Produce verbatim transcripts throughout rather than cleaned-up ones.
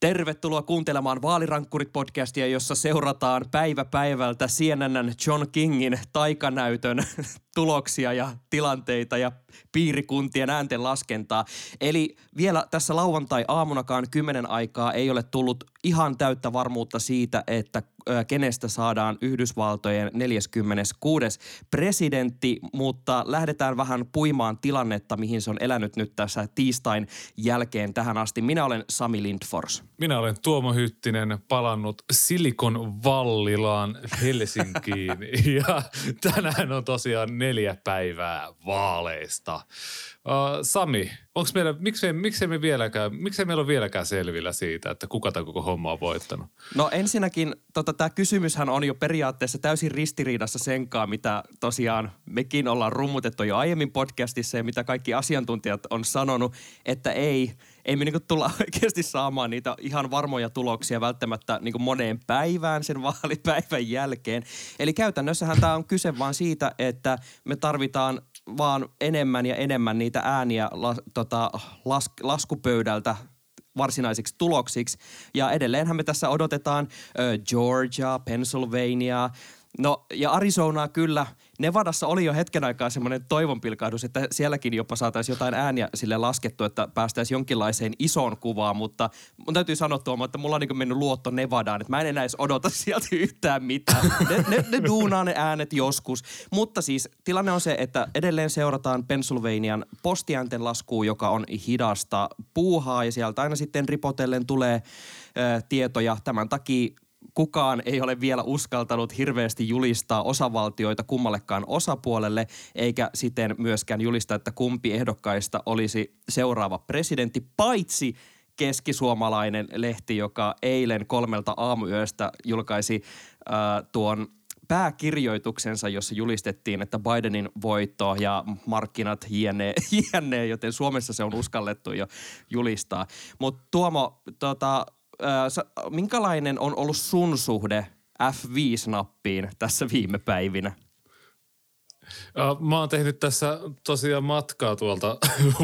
Tervetuloa kuuntelemaan Vaalirankkurit-podcastia, jossa seurataan päivä päivältä C N N:n John Kingin taikanäytön tuloksia ja tilanteita ja piirikuntien äänten laskentaa. Eli vielä tässä lauantai-aamunakaan kymmenen aikaa ei ole tullut ihan täyttä varmuutta siitä, että kenestä saadaan Yhdysvaltojen neljäskymmeneskuudes presidentti, mutta lähdetään vähän puimaan tilannetta, mihin se on elänyt nyt tässä tiistain jälkeen tähän asti. Minä olen Sami Lindfors. Minä olen Tuomo Hyttinen, palannut Silicon Vallilaan Helsinkiin ja tänään on tosiaan neljä päivää vaaleista. Uh, Sami, onks meillä, miksei, miksei, me vieläkään, miksei meillä ole vieläkään selvillä siitä, että kuka tämä koko homma on voittanut? No ensinnäkin tota, tämä kysymyshän on jo periaatteessa täysin ristiriidassa senkaan, mitä tosiaan mekin ollaan rummutettu jo aiemmin podcastissa ja mitä kaikki asiantuntijat on sanonut, että ei, ei me niinku tulla oikeasti saamaan niitä ihan varmoja tuloksia välttämättä niinku moneen päivään sen vaalipäivän jälkeen. Eli käytännössähän tämä on kyse vaan siitä, että me tarvitaan vaan enemmän ja enemmän niitä ääniä la, tota, las, laskupöydältä varsinaisiksi tuloksiksi. Ja edelleenhän me tässä odotetaan ö, Georgia, Pennsylvania, no ja Arizonaa kyllä. Nevadassa oli jo hetken aikaa semmoinen toivonpilkahdus, että sielläkin jopa saataisiin jotain ääniä sille laskettu, että päästäisiin jonkinlaiseen isoon kuvaan, mutta mun täytyy sanoa Tuomo, että mulla on niin mennyt luotto Nevadaan, että mä en enää edes odota sieltä yhtään mitään. Ne, ne, ne duunaa ne äänet joskus, mutta siis tilanne on se, että edelleen seurataan Pennsylvanian postiäänten laskua, joka on hidasta puuhaa ja sieltä aina sitten ripotellen tulee ö, tietoja tämän takia. Kukaan ei ole vielä uskaltanut hirveästi julistaa osavaltioita kummallekaan osapuolelle, eikä siten myöskään julistaa, että kumpi ehdokkaista olisi seuraava presidentti, paitsi keskisuomalainen lehti, joka eilen kolmelta aamuyöstä julkaisi äh, tuon pääkirjoituksensa, jossa julistettiin, että Bidenin voitto ja markkinat hienee, hienee, joten Suomessa se on uskallettu jo julistaa. Mutta Tuomo, tota... Äh, minkälainen on ollut sun suhde F viisi -nappiin tässä viime päivinä? Mä oon tehnyt tässä tosiaan matkaa tuolta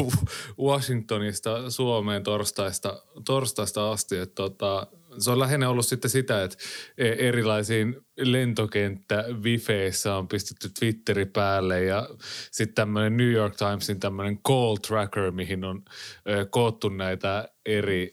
Washingtonista Suomeen torstaista, torstaista asti. Että tota, se on lähinnä ollut sitten sitä, että erilaisiin lentokenttä-wifeissä on pistetty Twitteri päälle ja sitten tämmöinen New York Timesin tämmöinen call tracker, mihin on koottu näitä eri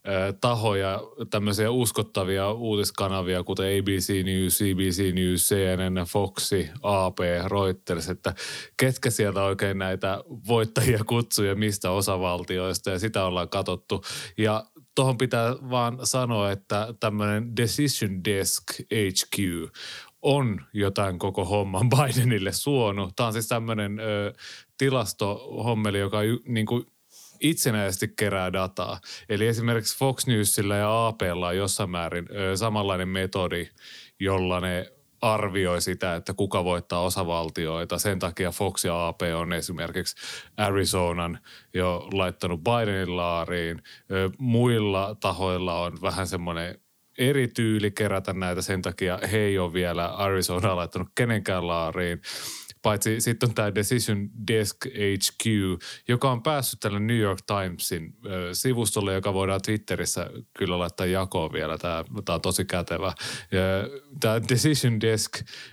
tahoja, tämmöisiä uskottavia uutiskanavia, kuten A B C News, C B C News, C N N, Foxi, A P, Reuters, että ketkä sieltä oikein näitä voittajia kutsuja mistä osavaltioista ja sitä ollaan katsottu. Ja tuohon pitää vaan sanoa, että tämmöinen Decision Desk H Q on jotain koko homman Bidenille suonut. Tämä on siis tämmöinen ö, tilastohommeli, joka y, niin kuin itsenäisesti kerää dataa. Eli esimerkiksi Fox Newsilla ja A P:lla on jossain määrin ö, samanlainen metodi, jolla ne arvioi sitä, että kuka voittaa osavaltioita. Sen takia Fox ja A P on esimerkiksi Arizonan jo laittanut Bidenin laariin. Ö, muilla tahoilla on vähän semmoinen eri tyyli kerätä näitä, sen takia he ei ole vielä Arizonaa laittanut kenenkään laariin. Paitsi sitten on tämä Decision Desk H Q, joka on päässyt tälle New York Timesin ö, sivustolle, joka voidaan Twitterissä kyllä laittaa jakoon vielä. Tämä, tämä on tosi kätevä. Ja tämä Decision Desk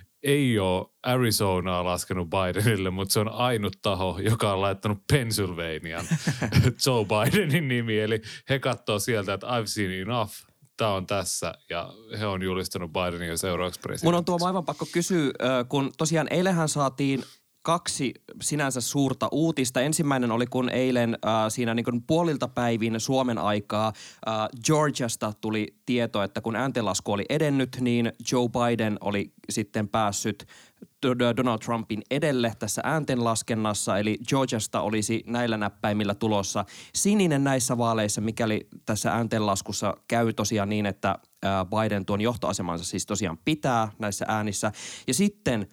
ei ole Arizonaa laskenut Bidenille, mutta se on ainut taho, joka on laittanut Pennsylvanian Joe Bidenin nimi. Eli he katsoo sieltä, että I've seen enough. Tämä on tässä ja he on julistanut Bidenin jo seuraavaksi presidentiksi. Mun on tuo aivan pakko kysyä, kun tosiaan eilenhän saatiin kaksi sinänsä suurta uutista. Ensimmäinen oli, kun eilen äh, siinä niin kuin puolilta päivin Suomen aikaa äh, Georgiasta tuli tieto, että kun ääntenlasku oli edennyt, niin Joe Biden oli sitten päässyt Donald Trumpin edelle tässä ääntenlaskennassa, eli Georgiasta olisi näillä näppäimillä tulossa sininen näissä vaaleissa, mikäli tässä ääntenlaskussa käy tosiaan niin, että Biden tuon johtoasemansa siis tosiaan pitää näissä äänissä. Ja sitten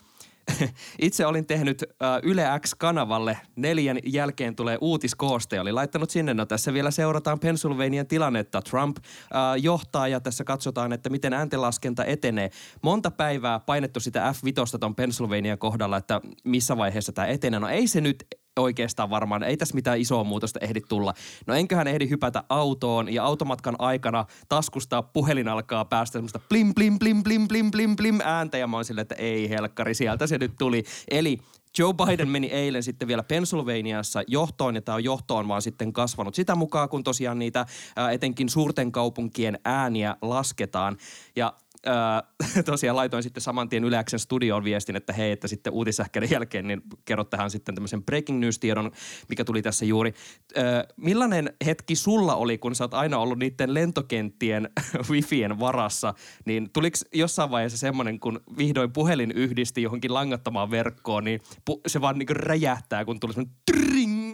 itse olin tehnyt Yle X-kanavalle neljän jälkeen tulee uutiskooste ja oli laittanut sinne, no tässä vielä seurataan Pennsylvanian tilannetta. Trump äh, johtaa ja tässä katsotaan, että miten ääntenlaskenta etenee. Monta päivää painettu sitä F viisi ton Pennsylvanian kohdalla, että missä vaiheessa tämä etenee. No ei se nyt oikeastaan varmaan. Ei tässä mitään isoa muutosta ehdi tulla. No enköhän ehdi hypätä autoon ja automatkan aikana taskusta puhelin alkaa päästä semmoista plim, plim, plim, plim, plim, plim, plim ääntä ja mä oon silleen, että ei helkkari, sieltä se nyt tuli. Eli Joe Biden meni eilen sitten vielä Pennsylvaniassa johtoon, ja tämä johto on vaan sitten kasvanut sitä mukaan, kun tosiaan niitä ää, etenkin suurten kaupunkien ääniä lasketaan. Ja ää, tosiaan laitoin sitten saman tien Yle X:n studioon viestin, että hei, että sitten uutisähkäiden jälkeen niin kerrot tähän sitten tämmöisen breaking news-tiedon, mikä tuli tässä juuri. Ää, millainen hetki sulla oli, kun sä oot aina ollut niiden lentokenttien wifien varassa, niin tuliko jossain vaiheessa semmoinen, kun vihdoin puhelin yhdisti johonkin langattomaan verkkoon, niin pu- se vaan niin räjähtää, kun tuli semmoinen tring.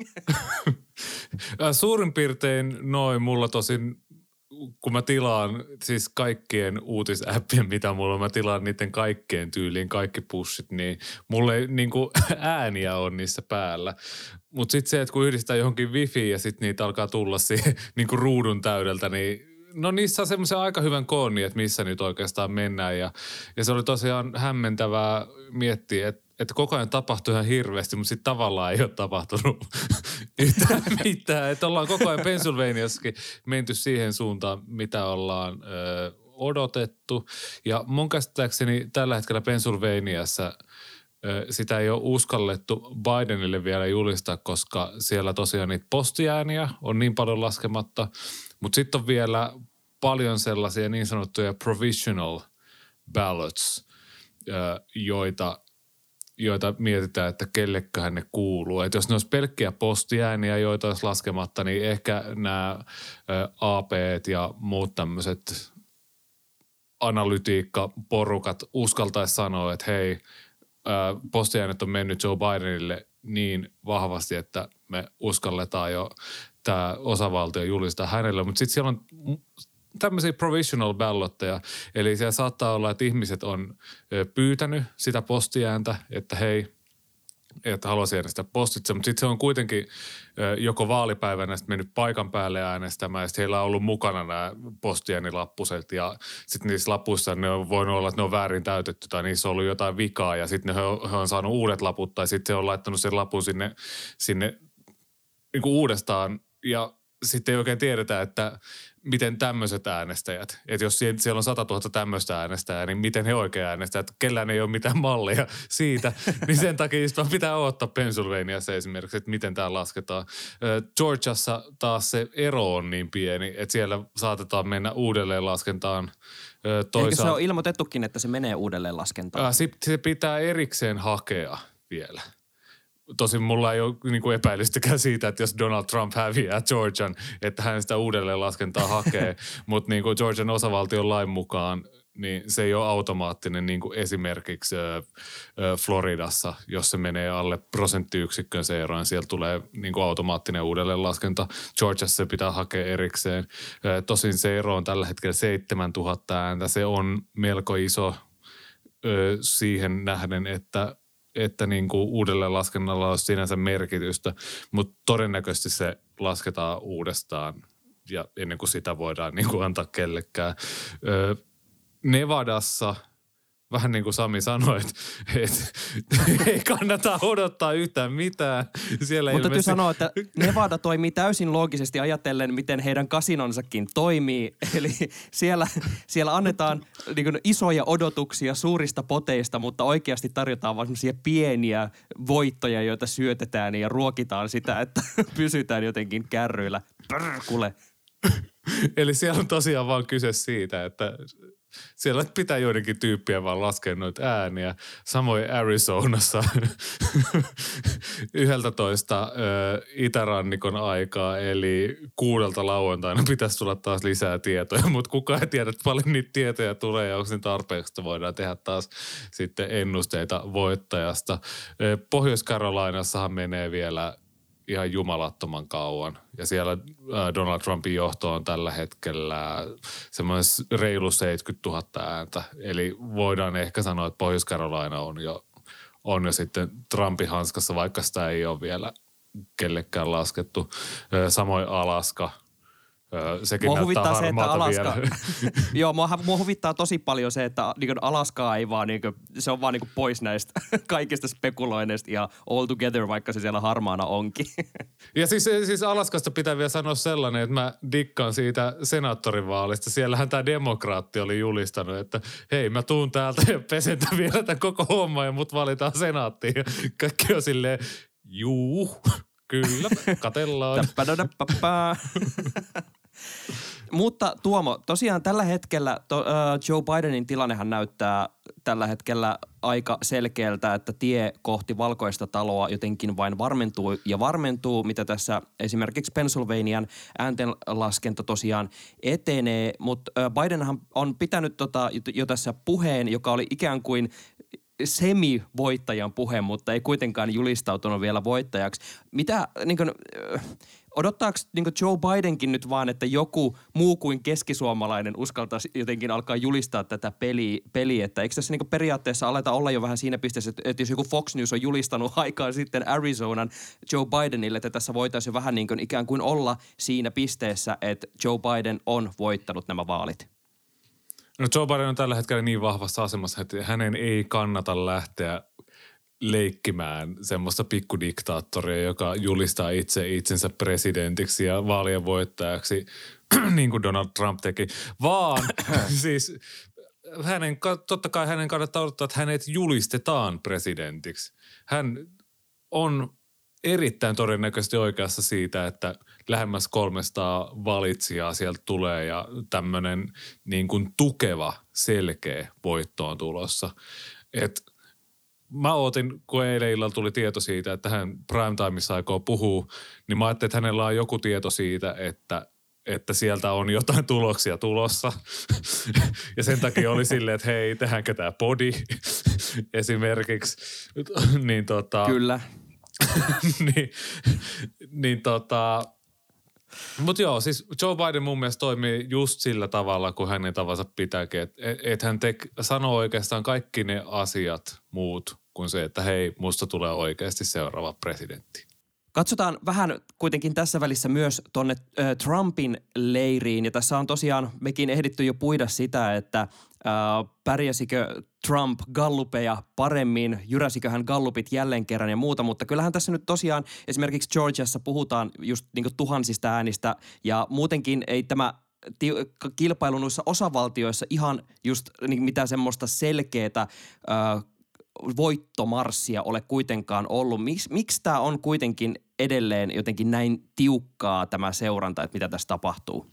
Suurin piirtein noin mulla tosin, kun mä tilaan siis kaikkien uutisäppien, mitä mulla on, mä tilaan niiden kaikkeen tyyliin, kaikki pushit, niin mulla ei niinku ääniä on niissä päällä. Mutta sitten se, että kun yhdistää johonkin wifiin ja sitten niitä alkaa tulla siihen niinku ruudun täydeltä, niin no niissä on semmoisen aika hyvän koonni, että missä nyt oikeastaan mennään. Ja, ja se oli tosiaan hämmentävää miettiä, että että koko ajan tapahtui ihan hirveästi, mutta sitten tavallaan ei ole tapahtunut yhtään mitään. Että ollaan koko ajan Pennsylvaniassakin menty siihen suuntaan, mitä ollaan ö, odotettu. Ja mun käsittääkseni tällä hetkellä Pennsylvaniassa ö, sitä ei ole uskallettu Bidenille vielä julistaa, koska siellä tosiaan niitä postiääniä on niin paljon laskematta. Mutta sitten on vielä paljon sellaisia niin sanottuja provisional ballots, ö, joita joita mietitään, että kelleköhän ne kuuluu. Että jos ne olisi pelkkiä postiääniä, joita olisi laskematta, niin ehkä nämä A P:t ja muut tämmöiset analytiikkaporukat uskaltaisi sanoa, että hei, postiäänet on mennyt Joe Bidenille niin vahvasti, että me uskalletaan jo tämä osavaltio julistaa hänelle. Mutta sitten siellä on tämmöisiä provisional ballotteja, eli siellä saattaa olla, että ihmiset on pyytänyt sitä postiääntä, että hei, että haluaisi äänestää postitse, mutta sitten se on kuitenkin joko vaalipäivänä sitten mennyt paikan päälle äänestämään, ja sitten heillä on ollut mukana nämä postiäänilappuset, ja sitten niissä lapuissa ne on voinut olla, että ne on väärin täytetty, tai niissä on ollut jotain vikaa, ja sitten he on, he on saanut uudet laput, tai sitten se on laittanut sen lapun sinne, sinne niin kuin uudestaan, ja sitten ei oikein tiedetä, että miten tämmöiset äänestäjät, että jos siellä on sata tuhatta tämmöistä äänestäjää, niin miten he oikein äänestää, että kellään ei ole mitään mallia siitä, niin sen takia just vaan pitää odottaa Pennsylvaniassa esimerkiksi, että miten tämä lasketaan. Georgiassa taas se ero on niin pieni, että siellä saatetaan mennä uudelleen laskentaan toisaalta. Eikö se ole ilmoitettukin, että se menee uudelleen laskentaan? Se pitää erikseen hakea vielä. Tosin mulla ei ole niin kuin epäilystäkään siitä, että jos Donald Trump häviää Georgian, että hän sitä uudelleen laskentaa hakee. Mutta niin kuin Georgian osavaltion lain mukaan, niin se ei ole automaattinen niin kuin esimerkiksi ö, ö, Floridassa, jos se menee alle prosenttiyksikön se ero, niin siellä tulee niin kuin automaattinen uudelleen laskenta. Georgiassa se pitää hakea erikseen. Ö, tosin se ero on tällä hetkellä seitsemäntuhatta ääntä. Se on melko iso ö, siihen nähden, että että niin kuin uudelleen laskennalla olisi sinänsä merkitystä, mutta todennäköisesti se lasketaan uudestaan ja ennen kuin sitä voidaan niin kuin antaa kellekään. Öö, Nevadassa, vähän niin kuin Sami sanoi, että, että ei kannata odottaa yhtään mitään. Siellä mutta täytyy ilmeisesti sanoa, että Nevada toimii täysin loogisesti ajatellen, miten heidän kasinonsakin toimii. Eli siellä, siellä annetaan niin kuin isoja odotuksia suurista poteista, mutta oikeasti tarjotaan vain sellaisia pieniä voittoja, joita syötetään ja ruokitaan sitä, että pysytään jotenkin kärryillä. Pärkule. Eli siellä on tosiaan vaan kyse siitä, että siellä pitää joidenkin tyyppiä vaan laskea noita ääniä. Samoin Arizonassa yhdeltätoista itärannikon aikaa, eli kuudelta lauantaina pitäisi tulla taas lisää tietoja, mutta kukaan ei tiedä, että paljon niitä tietoja tulee ja onko niin tarpeeksi, että voidaan tehdä taas sitten ennusteita voittajasta. Pohjois-Carolinassahan menee vielä ihan jumalattoman kauan. Ja siellä Donald Trumpin johto on tällä hetkellä semmoinen reilu seitsemänkymmentätuhatta ääntä. Eli voidaan ehkä sanoa, että Pohjois-Carolina on jo, on jo sitten Trumpin hanskassa, vaikka sitä ei ole vielä kellekään laskettu. Samoin Alaska. Öö, sekin mua näyttää harmaalta Alaska, vielä. Joo, mua, mua huvittaa tosi paljon se, että niin Alaskaa ei vaan, niin kuin, se on vaan niin pois näistä kaikista spekuloineista ja all together, vaikka se siellä harmaana onkin. Ja siis, siis Alaskasta pitää vielä sanoa sellainen, että mä dikkaan siitä senaattorivaalista. Siellähän tämä demokraatti oli julistanut, että hei, mä tuun täältä ja pesentän vielä tämän koko homma ja mut valitaan senaattiin. Ja kaikki on silleen, juu, kyllä, katellaan. Mutta Tuomo, tosiaan tällä hetkellä to, uh, Joe Bidenin tilannehan näyttää tällä hetkellä aika selkeältä, että tie kohti valkoista taloa jotenkin vain varmentuu ja varmentuu, mitä tässä esimerkiksi Pennsylvanian ääntenlaskenta tosiaan etenee. Mutta uh, Bidenhan on pitänyt tota, jo tässä puheen, joka oli ikään kuin semi-voittajan puhe, mutta ei kuitenkaan julistautunut vielä voittajaksi. Mitä, niin kuin, odottaako niin kuin Joe Bidenkin nyt vaan, että joku muu kuin keskisuomalainen uskaltaisi jotenkin alkaa julistaa tätä peliä, peliä. Että eikö tässä niin kuin periaatteessa aleta olla jo vähän siinä pisteessä, että, että jos joku Fox News on julistanut aikaa sitten Arizonan Joe Bidenille, että tässä voitaisiin vähän niin kuin ikään kuin olla siinä pisteessä, että Joe Biden on voittanut nämä vaalit? No Joe Biden on tällä hetkellä niin vahvassa asemassa, että hänen ei kannata lähteä leikkimään semmoista pikkudiktaattoria, joka julistaa itse itsensä presidentiksi ja vaalien voittajaksi, niin kuin Donald Trump teki, vaan siis hänen, totta kai hänen kannattaa odottaa, että hänet julistetaan presidentiksi. Hän on erittäin todennäköisesti oikeassa siitä, että lähemmäs kolmesataa valitsijaa sieltä tulee ja tämmöinen niin kuin tukeva, selkeä voitto on tulossa. Et mä ootin, kun eilen illalla tuli tieto siitä, että hän primetimeissa aikoo puhua, niin mä ajattelin, että hänellä on joku tieto siitä, että että sieltä on jotain tuloksia tulossa. Ja sen takia oli silleen, että hei, tehdäänkö tää podi esimerkiksi. niin tota, Kyllä. niin, niin tota, mutta joo, siis Joe Biden mun mielestä toimii just sillä tavalla, kun hänen tavansa pitääkin. Että et hän tek, sanoo oikeastaan kaikki ne asiat muut kuin se, että hei, musta tulee oikeasti seuraava presidentti. Katsotaan vähän kuitenkin tässä välissä myös tuonne äh, Trumpin leiriin. Ja tässä on tosiaan mekin ehditty jo puida sitä, että äh, pärjäsikö Trump gallupeja paremmin, jyräsikö hän gallupit jälleen kerran ja muuta. Mutta kyllähän tässä nyt tosiaan esimerkiksi Georgiassa puhutaan just niin kuin tuhansista äänistä ja muutenkin ei tämä ti- kilpailu noissa osavaltioissa ihan just niin mitään semmoista selkeätä äh, voittomarssia ole kuitenkaan ollut. Miks, miksi tämä on kuitenkin edelleen jotenkin näin tiukkaa tämä seuranta, että mitä tässä tapahtuu?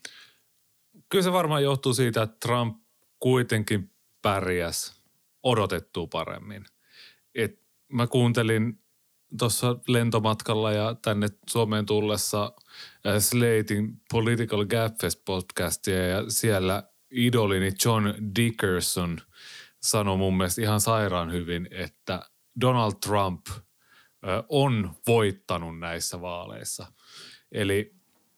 Kyllä se varmaan johtuu siitä, että Trump kuitenkin pärjäsi odotettua paremmin. Et mä kuuntelin tuossa lentomatkalla ja tänne Suomeen tullessa äh, Slatein Political Gabfest podcastia ja siellä idolini John Dickerson sanoi mun mielestä ihan sairaan hyvin, että Donald Trump ö, on voittanut näissä vaaleissa. Eli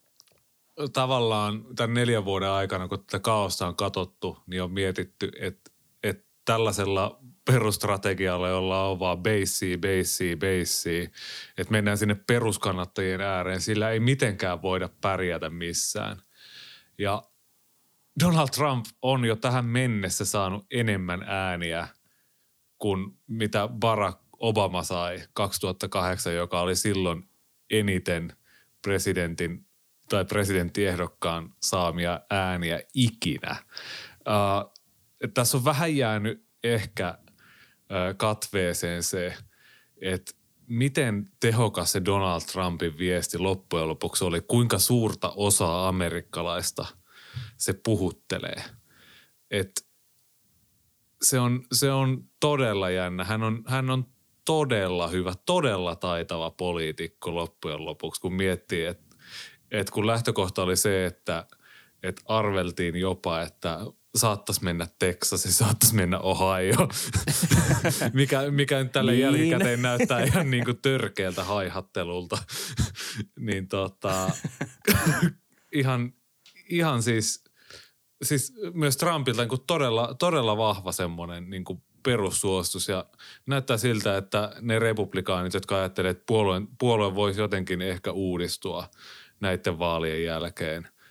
tavallaan tämän neljän vuoden aikana, kun tätä kaosta on katsottu, niin on mietitty, että, että tällaisella perusstrategialla, jolla on vaan beissiä, beissiä, beissiä, että mennään sinne peruskannattajien ääreen, sillä ei mitenkään voida pärjätä missään. Ja Donald Trump on jo tähän mennessä saanut enemmän ääniä kuin mitä Barack Obama sai kaksituhattakahdeksan, joka oli silloin eniten presidentin tai presidenttiehdokkaan saamia ääniä ikinä. Uh, tässä on vähän jäänyt ehkä uh, katveeseen se, että miten tehokas se Donald Trumpin viesti loppujen lopuksi oli, kuinka suurta osaa amerikkalaista se puhuttelee. Et se on, se on todella jännä. Hän on, hän on todella hyvä, todella taitava poliitikko loppujen lopuksi, kun miettii, että et kun lähtökohta oli se, että et arveltiin jopa, että saattaisi mennä Texas ja saattaisi mennä Ohio, mikä, mikä nyt tälle niin. jälkikäteen näyttää ihan niin kuin törkeältä haihattelulta. niin tota, ihan, ihan siis, siis myös Trumpilta niin kuin todella, todella vahva semmoinen niin kuin perussuostus ja näyttää siltä, että ne republikaanit, jotka ajattelevat, että puolue, puolue voisi jotenkin ehkä uudistua näiden vaalien jälkeen,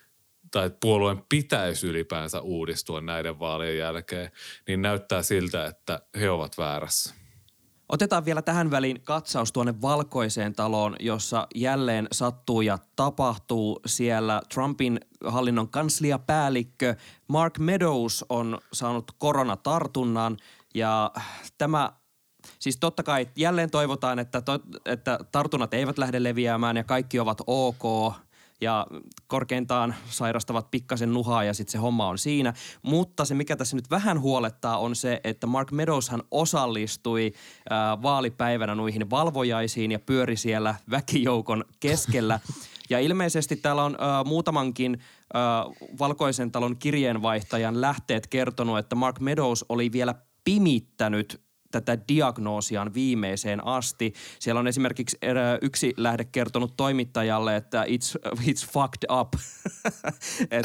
tai puolueen pitäisi ylipäänsä uudistua näiden vaalien jälkeen, niin näyttää siltä, että he ovat väärässä. Otetaan vielä tähän väliin katsaus tuonne Valkoiseen taloon, jossa jälleen sattuu ja tapahtuu. Siellä Trumpin hallinnon kansliapäällikkö Mark Meadows on saanut koronatartunnan ja tämä, siis totta kai jälleen toivotaan, että, to, että tartunnat eivät lähde leviämään ja kaikki ovat ok ja korkeintaan sairastavat pikkasen nuhaa ja sitten se homma on siinä. Mutta se, mikä tässä nyt vähän huolettaa, on se, että Mark Meadowshan osallistui ää, vaalipäivänä noihin valvojaisiin ja pyöri siellä väkijoukon keskellä. Ja ilmeisesti täällä on ää, muutamankin ää, Valkoisen talon kirjeenvaihtajan lähteet kertonut, että Mark Meadows oli vielä pimittänyt tätä diagnoosiaan viimeiseen asti. Siellä on esimerkiksi yksi lähde kertonut toimittajalle, että it's, it's fucked up. Et,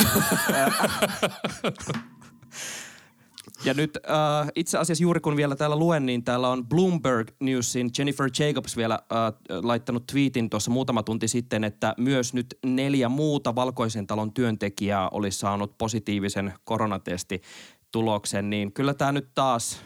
ja nyt äh, itse asiassa juuri kun vielä täällä luen, niin täällä on Bloomberg Newsin Jennifer Jacobs vielä äh, laittanut tweetin tuossa muutama tunti sitten, että myös nyt neljä muuta Valkoisen talon työntekijää olisi saanut positiivisen koronatestituloksen, niin kyllä tämä nyt taas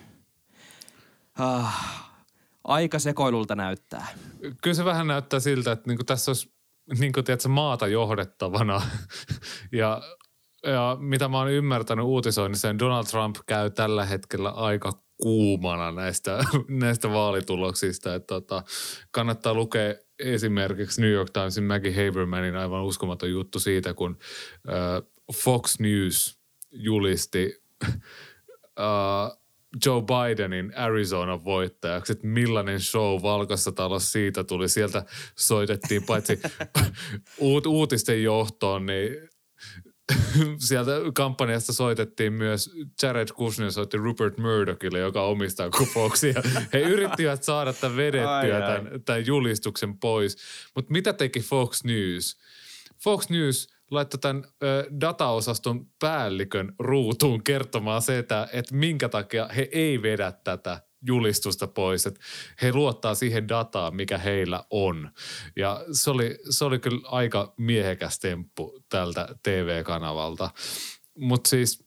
Ah, aika sekoilulta näyttää. Kyllä se vähän näyttää siltä, että niinku tässä olisi niinku, tiedätkö, maata johdettavana. ja, ja mitä mä oon ymmärtänyt uutisoinnissa, niin Donald Trump käy tällä hetkellä aika kuumana näistä, näistä vaalituloksista. Että tota, kannattaa lukea esimerkiksi New York Timesin Maggie Habermanin aivan uskomaton juttu siitä, kun äh, Fox News julisti äh, Joe Bidenin Arizonan voittajaksi, että millainen show Valkoisessa talossa siitä tuli. Sieltä soitettiin paitsi uut, uutisten johtoon, niin sieltä kampanjasta soitettiin myös Jared Kushner soitti Rupert Murdochille, joka omistaa Foxia. He yrittivät saada tämän vedettyä, tämän, tämän julistuksen pois. Mutta mitä teki Fox News? Fox News laittoi tämän ö, dataosaston päällikön ruutuun kertomaan se, että, että minkä takia he ei vedä tätä julistusta pois. Että he luottaa siihen dataan, mikä heillä on. Ja se oli, se oli kyllä aika miehekäs temppu tältä T V-kanavalta. Mutta siis,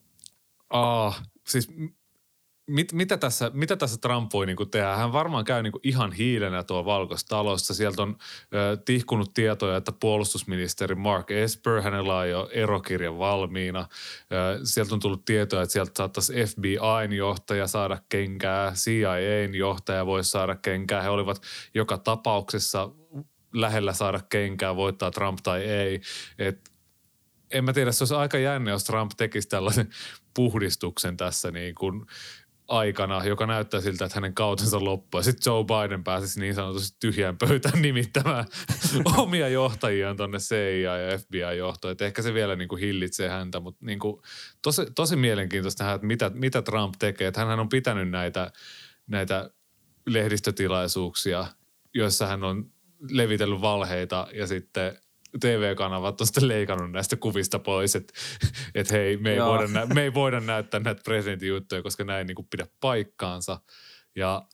ah, siis mit, mitä, tässä, mitä tässä Trump voi niinku tehdä? Hän varmaan käy niinku ihan hiilenä tuo Valkoisessa talossa. Sieltä on ö, tihkunut tietoja, että puolustusministeri Mark Esper, hänellä on jo erokirja valmiina. Ö, sieltä on tullut tietoja, että sieltä saattaisi F B I:n johtaja saada kenkää, C I A:n johtaja voisi saada kenkää. He olivat joka tapauksessa lähellä saada kenkää, voittaa Trump tai ei. Et en mä tiedä, se olisi aika jännä, jos Trump tekisi tällaisen puhdistuksen tässä niin kuin aikana, joka näyttää siltä, että hänen kautensa loppuu. Ja sitten Joe Biden pääsisi niin sanotusti tyhjään pöytään nimittämään omia johtajiaan tonne C I A ja F B I-johtoon. Että ehkä se vielä niin kuin hillitsee häntä, mutta niin kuin tosi, tosi mielenkiintoista nähdä, että mitä, mitä Trump tekee. Että hän on pitänyt näitä, näitä lehdistötilaisuuksia, joissa hän on levitellyt valheita ja sitten T V-kanavat on sitten leikannut näistä kuvista pois, että et hei, me ei, voida nä- me ei voida näyttää näitä presidentin juttuja, koska näin niin kuin pidä paikkaansa. Ja,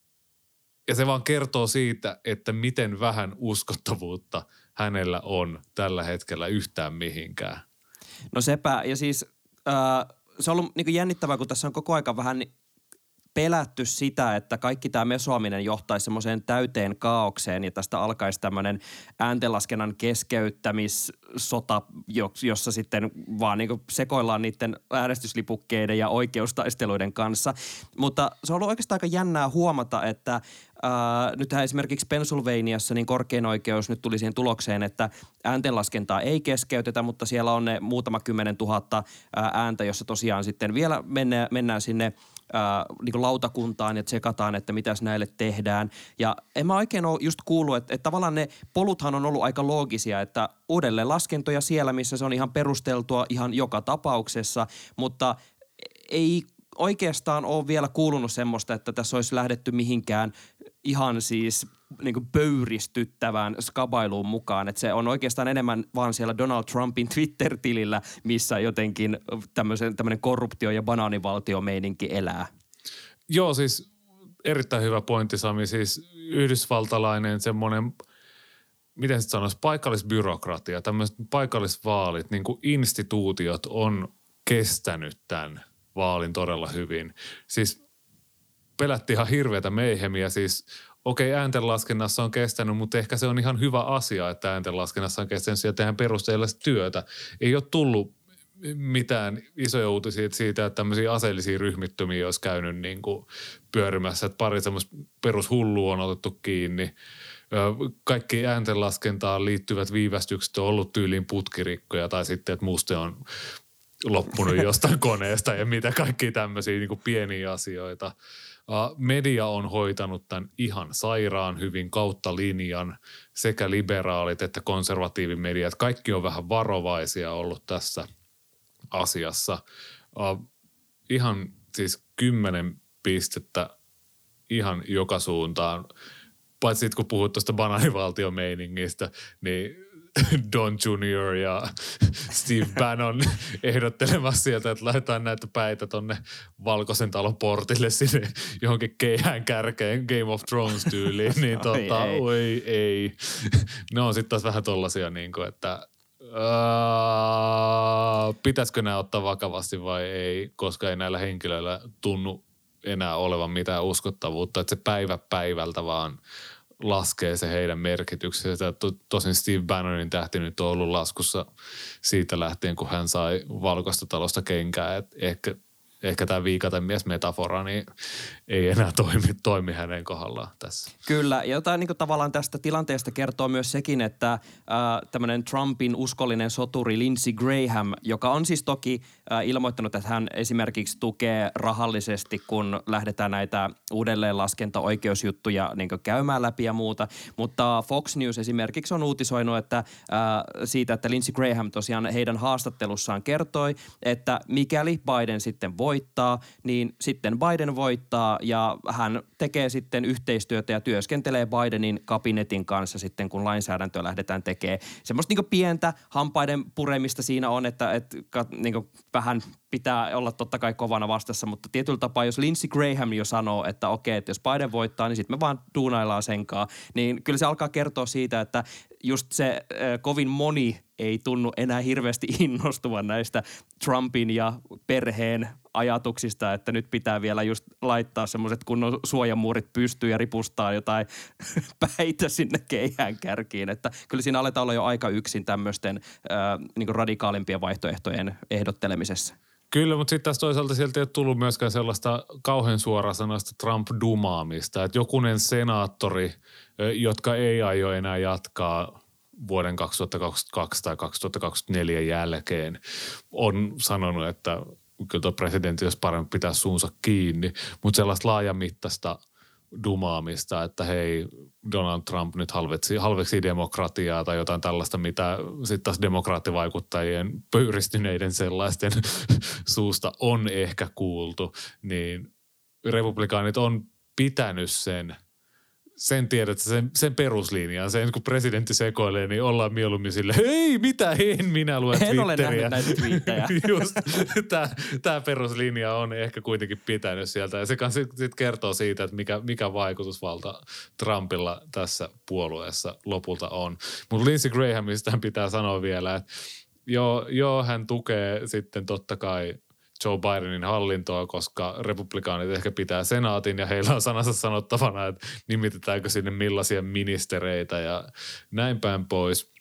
ja se vaan kertoo siitä, että miten vähän uskottavuutta hänellä on tällä hetkellä yhtään mihinkään. No sepä, ja siis äh, se on ollut niin kuin jännittävää, kun tässä on koko aika vähän pelätty sitä, että kaikki tämä mesoaminen johtaisi semmoiseen täyteen kaaukseen ja tästä alkaisi tämmöinen ääntenlaskennan keskeyttämissota, jossa sitten vaan niin kuin sekoillaan niiden äänestyslipukkeiden ja oikeustaisteluiden kanssa. Mutta se on ollut oikeastaan aika jännää huomata, että Äh, nythän esimerkiksi Pennsylvaniassa niin korkein oikeus nyt tuli siihen tulokseen, että ääntenlaskentaa ei keskeytetä, mutta siellä on ne muutama kymmenen tuhatta ääntä, jossa tosiaan sitten vielä mennään, mennään sinne äh, niin kuin lautakuntaan ja tsekataan, että mitäs näille tehdään. Ja en mä oikein ole just kuullut, että, että tavallaan ne poluthan on ollut aika loogisia, että uudelleen laskentoja siellä, missä se on ihan perusteltua ihan joka tapauksessa, mutta ei oikeastaan ole vielä kuulunut semmoista, että tässä olisi lähdetty mihinkään ihan siis niin kuin pöyristyttävään skabailuun mukaan. Että se on oikeastaan enemmän vaan siellä Donald Trumpin Twitter-tilillä, missä jotenkin tämmöinen korruptio- ja banaanivaltiomeininki elää. Joo, siis erittäin hyvä pointti, Sami. Siis yhdysvaltalainen semmoinen, miten se sanoisi, paikallisbyrokratia, tämmöiset paikallisvaalit, niin kuin instituutiot on kestänyt tämän vaalin todella hyvin. Siis pelättiin ihan hirveätä meihemiä, siis okei, ääntenlaskennassa on kestänyt, mutta ehkä se on ihan hyvä asia, että ääntenlaskennassa on kestänyt ja tehdään perusteellista työtä. Ei ole tullut mitään isoja uutisia siitä, että tämmöisiä aseellisia ryhmittymiä olisi käynyt niin kuin pyörimässä, että pari semmoista perushullua on otettu kiinni. Kaikki ääntenlaskentaan liittyvät viivästykset on ollut tyyliin putkirikkoja tai sitten, että muste on loppunut jostain koneesta ja mitä kaikkia tämmöisiä niin kuin pieniä asioita. Media on hoitanut tämän ihan sairaan hyvin kautta linjan, sekä liberaalit että konservatiivimediat. Kaikki on vähän varovaisia ollut tässä asiassa. Ihan siis kymmenen pistettä ihan joka suuntaan. Paitsi sitten kun puhut tuosta banaanivaltiomeiningistä, niin Don junior ja Steve Bannon ehdottelemassa sieltä, että laitetaan näitä päitä tonne Valkoisen talon portille sinne johonkin keihään kärkeen Game of Thrones tyyliin, niin tota, oi, ei. oi ei. Ne on sitten taas vähän tollasia niin kuin, että uh, pitäisikö nämä ottaa vakavasti vai ei, koska ei näillä henkilöillä tunnu enää olevan mitään uskottavuutta, että se päivä päivältä vaan laskee se heidän merkityksensä. Tosin Steve Bannonin tähti nyt on ollut laskussa siitä lähtien, kun hän sai Valkoista talosta kenkää. Et ehkä, ehkä tämä viikatemies-metafora niin ei enää toimi, toimi hänen kohdallaan tässä. Kyllä, ja jotain niin kuin tavallaan tästä tilanteesta kertoo myös sekin, että äh, tämmöinen Trumpin uskollinen soturi Lindsey Graham, joka on siis toki äh, ilmoittanut, että hän esimerkiksi tukee rahallisesti, kun lähdetään näitä uudelleenlaskenta-oikeusjuttuja niin kuin käymään läpi ja muuta. Mutta Fox News esimerkiksi on uutisoinut että, äh, siitä, että Lindsey Graham tosiaan heidän haastattelussaan kertoi, että mikäli Biden sitten voittaa, niin sitten Biden voittaa ja hän tekee sitten yhteistyötä ja työskentelee Bidenin kabinetin kanssa sitten, kun lainsäädäntöä lähdetään tekemään. Semmoista niin pientä hampaiden puremista siinä on, että, että niin vähän pitää olla totta kai kovana vastassa, mutta tietyllä tapaa, jos Lindsey Graham jo sanoo, että okei, että jos Biden voittaa, niin sitten me vaan duunaillaan senkaan, niin kyllä se alkaa kertoa siitä, että just se äh, kovin moni ei tunnu enää hirveästi innostuvan näistä Trumpin ja perheen ajatuksista, että nyt pitää vielä just laittaa semmoiset kunnon suojamuurit pystyyn ja ripustaa jotain päitä sinne keihään kärkiin. Että kyllä siinä aletaan olla jo aika yksin tämmöisten äh, niin kuin radikaalimpien vaihtoehtojen ehdottelemisessa. Kyllä, mutta sitten taas toisaalta sieltä ei ole tullut myöskään sellaista kauhean suorasanaista Trump-dumaamista, että jokunen senaattori, jotka ei aio enää jatkaa vuoden kaksituhattakaksikymmentäkaksi tai kaksituhattakaksikymmentäneljä jälkeen, on sanonut, että kyllä tuo presidentti olisi parempi pitää suunsa kiinni, mutta sellaista laajamittaista dumaamista, että hei, Donald Trump nyt halveksi, halveksi demokratiaa tai jotain tällaista, mitä sitten taas demokraattivaikuttajien pöyristyneiden sellaisten suusta on ehkä kuultu, niin republikaanit on pitänyt sen Sen tiedät, sen, sen peruslinjaan. Sen kun presidentti sekoilee, niin ollaan mieluummin sille, hei mitä, en minä lue Twitteriä. En ole nähnyt näitä twiittejä. Just, tämä peruslinja on ehkä kuitenkin pitänyt sieltä. Ja se sitten kertoo siitä, että mikä, mikä vaikutusvalta Trumpilla tässä puolueessa lopulta on. Mutta Lindsey Grahamista pitää sanoa vielä, että joo, joo, hän tukee sitten totta kai Joe Bidenin hallintoa, koska republikaanit ehkä pitää senaatin ja heillä on sanansa sanottavana, että nimitetäänkö sinne millaisia ministereitä ja näin päin pois.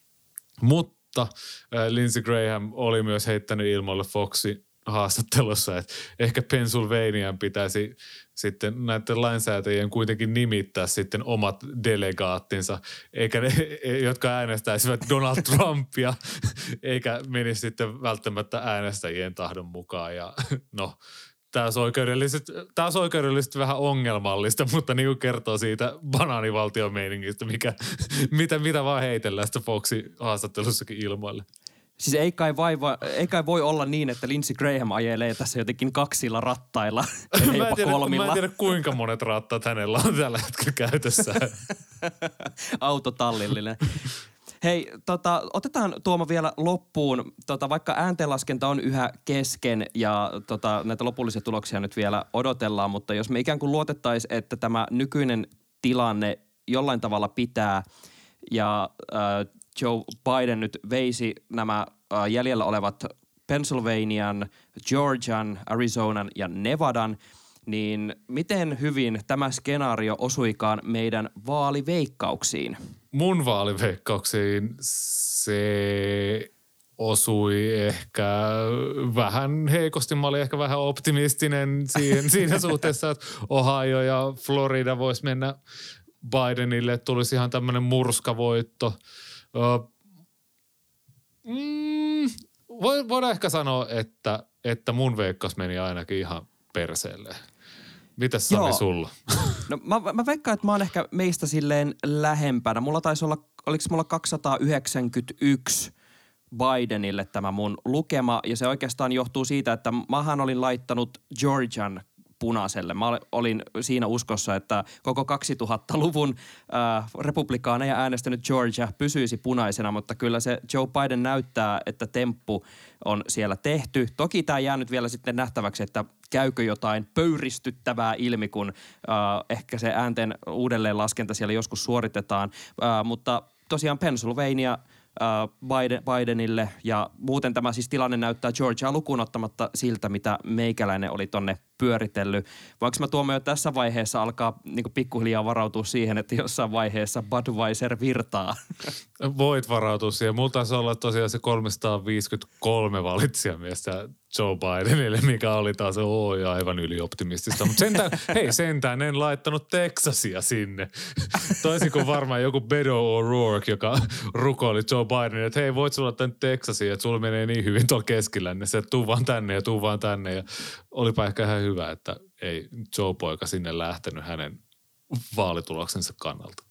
Mutta äh, Lindsey Graham oli myös heittänyt ilmoille Foxin haastattelussa, että ehkä Pennsylvanian pitäisi sitten näiden lainsäätäjien kuitenkin nimittää sitten omat delegaattinsa, eikä ne, jotka äänestäisivät Donald Trumpia, eikä menisi sitten välttämättä äänestäjien tahdon mukaan. Ja no, taas oikeudellisesti, taas oikeudellisesti vähän ongelmallista, mutta niin kuin kertoo siitä banaanivaltiomeiningistä, mikä, mitä, mitä vaan heitellään sitä Foxin haastattelussakin ilmoille. Siis ei kai, vaiva, ei kai voi olla niin, että Lindsey Graham ajelee tässä jotenkin kaksilla rattailla, mä, en tiedä, mä en tiedä, kuinka monet rattaat hänellä on tällä hetkellä käytössä. Autotallillinen. Hei, tota, otetaan Tuomo vielä loppuun, tota, vaikka ääntenlaskenta on yhä kesken ja tota, näitä lopullisia tuloksia nyt vielä odotellaan, mutta jos me ikään kuin luotettaisiin, että tämä nykyinen tilanne jollain tavalla pitää ja äh, Joe Biden nyt veisi nämä äh, jäljellä olevat Pennsylvanian, Georgian, Arizonan ja Nevadan, niin miten hyvin tämä skenaario osuikaan meidän vaaliveikkauksiin? Mun vaaliveikkauksiin se osui ehkä vähän heikosti. Mä olin ehkä vähän optimistinen siihen, siinä suhteessa, että Ohio ja Florida vois mennä Bidenille. Tulisi ihan tämmöinen murskavoitto. Mm, voidaan ehkä sanoa, että, että mun veikkaus meni ainakin ihan perseelle. Mitäs Sami Joo. sulla? No mä, mä veikkaan, että mä oon ehkä meistä silleen lähempänä. Mulla taisi olla, oliko mulla kaksisataayhdeksänkymmentäyksi Bidenille tämä mun lukema, ja se oikeastaan johtuu siitä, että mähän olin laittanut Georgian punaiselle. Mä olin siinä uskossa, että koko kaksituhattaluvun äh, republikaaneja äänestänyt Georgia pysyisi punaisena, mutta kyllä se Joe Biden näyttää, että temppu on siellä tehty. Toki tämä jää nyt vielä sitten nähtäväksi, että käykö jotain pöyristyttävää ilmi, kun äh, ehkä se äänten uudelleenlaskenta siellä joskus suoritetaan, äh, mutta tosiaan Pennsylvania Biden, Bidenille, ja muuten tämä siis tilanne näyttää Georgiaa lukuun ottamatta siltä, mitä meikäläinen oli tonne pyöritellyt. Voinko mä tuomme jo tässä vaiheessa alkaa niin kuin pikkuhiljaa varautua siihen, että jossain vaiheessa Budweiser virtaa? Voit varautua siihen. Mulla taisi olla tosiaan se kolmesataaviisikymmentäkolme valitsijamiestä Joe Bidenille, mikä oli taas oi, aivan ylioptimistista. Mutta sentään, hei sentään en laittanut Texasia sinne. Toisin kuin varmaan joku Beto O'Rourke, joka rukoili Joe Bidenille, että hei voit sulla tänne Texasia, että sulla menee niin hyvin tuolla keskilännessä, että tuu vaan tänne ja tuu vaan tänne. Ja olipa ehkä ihan hyvä, että ei Joe-poika sinne lähtenyt hänen vaalituloksensa kannalta.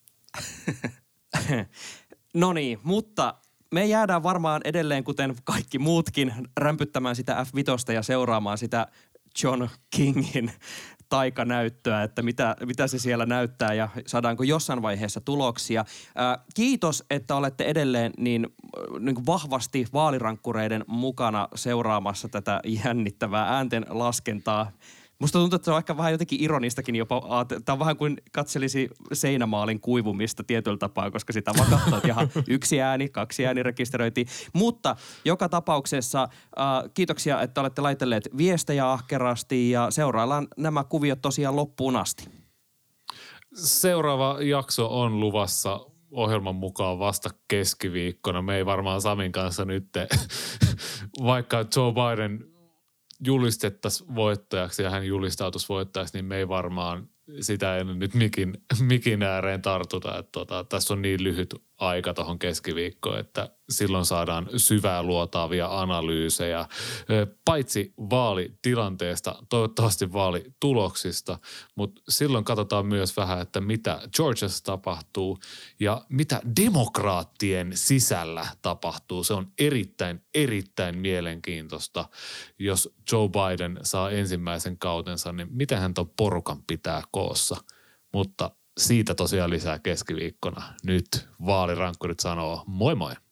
No niin, mutta me jäädään varmaan edelleen, kuten kaikki muutkin, rämpyttämään sitä F viisi ja seuraamaan sitä John Kingin taikanäyttöä, että mitä, mitä se siellä näyttää ja saadaanko jossain vaiheessa tuloksia. Ää, kiitos, että olette edelleen niin, niin kuin vahvasti vaalirankkureiden mukana seuraamassa tätä jännittävää äänten laskentaa. Musta tuntuu, että se on ehkä vähän jotenkin ironistakin jopa. Tämä on vähän kuin katselisi seinämaalin kuivumista tietyllä tapaa, koska sitä vaan katsoo, että jaha, yksi ääni, kaksi ääni rekisteröitiin. Mutta joka tapauksessa äh, kiitoksia, että olette laitelleet viestejä ahkerasti ja seuraillaan nämä kuviot tosiaan loppuun asti. Seuraava jakso on luvassa ohjelman mukaan vasta keskiviikkona. Me ei varmaan Samin kanssa nyt, vaikka Joe Biden julistettaisiin voittajaksi ja hän julistautuisi voittajaksi, niin me ei varmaan sitä ennen nyt mikin, mikin ääreen tartuta. Että tota, tässä on niin lyhyt aika tuohon keskiviikkoon, että silloin saadaan syvää luotaavia analyysejä, paitsi vaalitilanteesta, toivottavasti vaalituloksista, mutta silloin katsotaan myös vähän, että mitä Georgiassa tapahtuu ja mitä demokraattien sisällä tapahtuu. Se on erittäin, erittäin mielenkiintoista, jos Joe Biden saa ensimmäisen kautensa, niin miten hän ton porukan pitää koossa, mutta siitä tosiaan lisää keskiviikkona. Nyt vaalirankkurit sanoo moi moi.